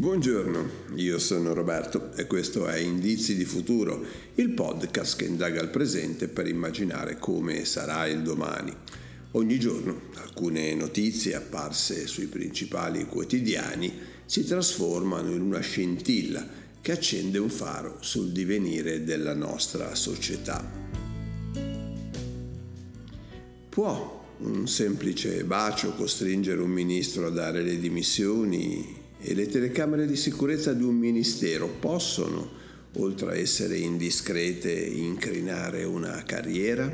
Buongiorno, io sono Roberto e questo è Indizi di Futuro, il podcast che indaga il presente per immaginare come sarà il domani. Ogni giorno alcune notizie apparse sui principali quotidiani si trasformano in una scintilla che accende un faro sul divenire della nostra società. Può un semplice bacio costringere un ministro a dare le dimissioni? E le telecamere di sicurezza di un ministero possono, oltre a essere indiscrete, incrinare una carriera?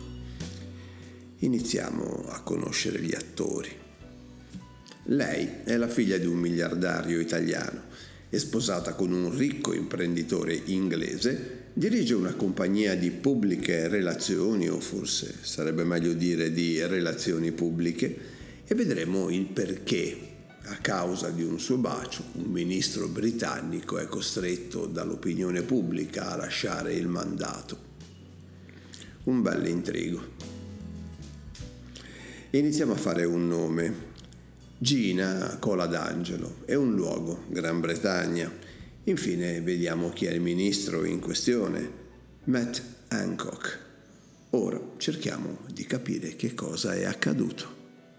Iniziamo a conoscere gli attori. Lei è la figlia di un miliardario italiano, è sposata con un ricco imprenditore inglese, dirige una compagnia di pubbliche relazioni, o forse sarebbe meglio dire di relazioni pubbliche, e vedremo il perché. A causa di un suo bacio, un ministro britannico è costretto dall'opinione pubblica a lasciare il mandato. Un bel intrigo. Iniziamo a fare un nome. Gina Cola d'Angelo è un luogo, Gran Bretagna. Infine vediamo chi è il ministro in questione, Matt Hancock. Ora cerchiamo di capire che cosa è accaduto.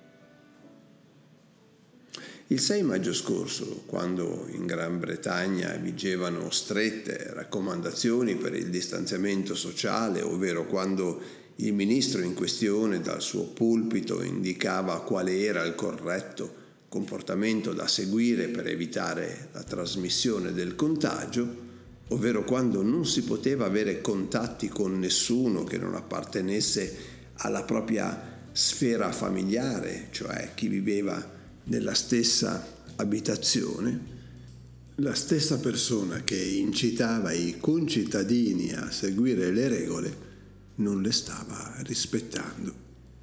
Il 6 maggio scorso, quando in Gran Bretagna vigevano strette raccomandazioni per il distanziamento sociale, ovvero quando il ministro in questione dal suo pulpito indicava quale era il corretto comportamento da seguire per evitare la trasmissione del contagio, ovvero quando non si poteva avere contatti con nessuno che non appartenesse alla propria sfera familiare, cioè chi viveva nella stessa abitazione, la stessa persona che incitava i concittadini a seguire le regole non le stava rispettando.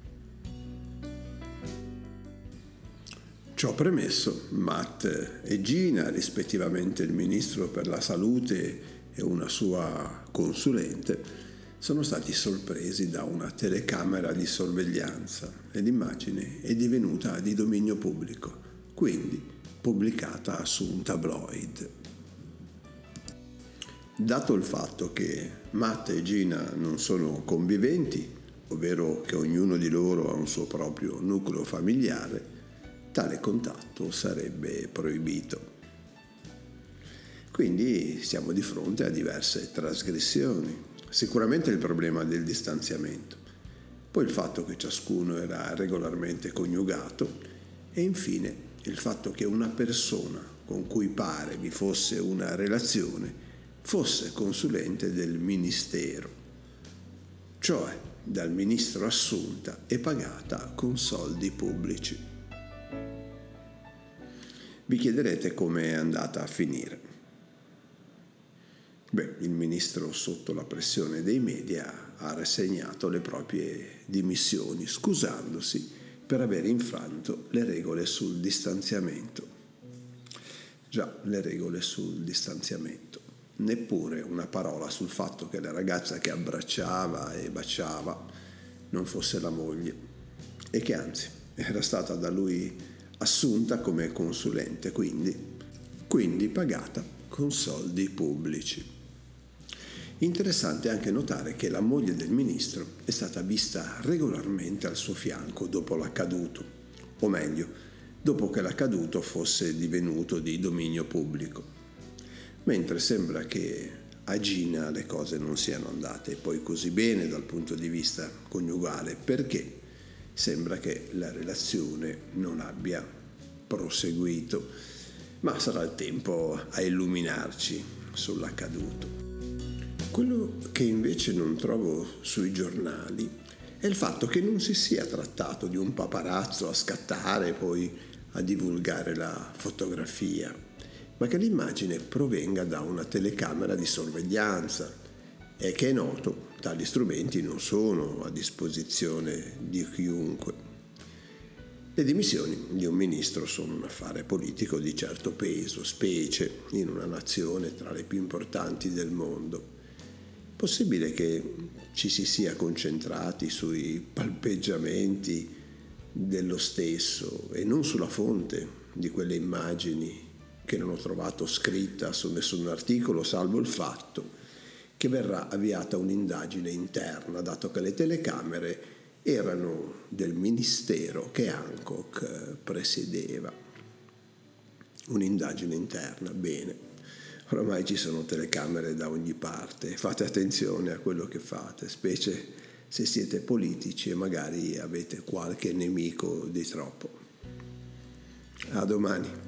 Ciò premesso, Matt e Gina, rispettivamente il ministro per la salute e una sua consulente, sono stati sorpresi da una telecamera di sorveglianza e l'immagine è divenuta di dominio pubblico, quindi pubblicata su un tabloid. Dato il fatto che Matt e Gina non sono conviventi, ovvero che ognuno di loro ha un suo proprio nucleo familiare, tale contatto sarebbe proibito. Quindi siamo di fronte a diverse trasgressioni. Sicuramente il problema del distanziamento, poi il fatto che ciascuno era regolarmente coniugato e infine il fatto che una persona con cui pare vi fosse una relazione fosse consulente del ministero, cioè dal ministro assunta e pagata con soldi pubblici. Vi chiederete come è andata a finire. Il ministro, sotto la pressione dei media, ha rassegnato le proprie dimissioni, scusandosi per aver infranto le regole sul distanziamento. Già, le regole sul distanziamento. Neppure una parola sul fatto che la ragazza che abbracciava e baciava non fosse la moglie e che anzi era stata da lui assunta come consulente, quindi pagata con soldi pubblici. Interessante anche notare che la moglie del ministro è stata vista regolarmente al suo fianco dopo l'accaduto, o meglio, dopo che l'accaduto fosse divenuto di dominio pubblico, mentre sembra che a Gina le cose non siano andate poi così bene dal punto di vista coniugale, perché sembra che la relazione non abbia proseguito, ma sarà il tempo a illuminarci sull'accaduto. Quello che invece non trovo sui giornali è il fatto che non si sia trattato di un paparazzo a scattare e poi a divulgare la fotografia, ma che l'immagine provenga da una telecamera di sorveglianza e che è noto, tali strumenti non sono a disposizione di chiunque. Le dimissioni di un ministro sono un affare politico di certo peso, specie in una nazione tra le più importanti del mondo. Possibile che ci si sia concentrati sui palpeggiamenti dello stesso e non sulla fonte di quelle immagini che non ho trovato scritta su nessun articolo, salvo il fatto che verrà avviata un'indagine interna, dato che le telecamere erano del ministero che Hancock presiedeva. Un'indagine interna, bene. Oramai ci sono telecamere da ogni parte, fate attenzione a quello che fate, specie se siete politici e magari avete qualche nemico di troppo. A domani.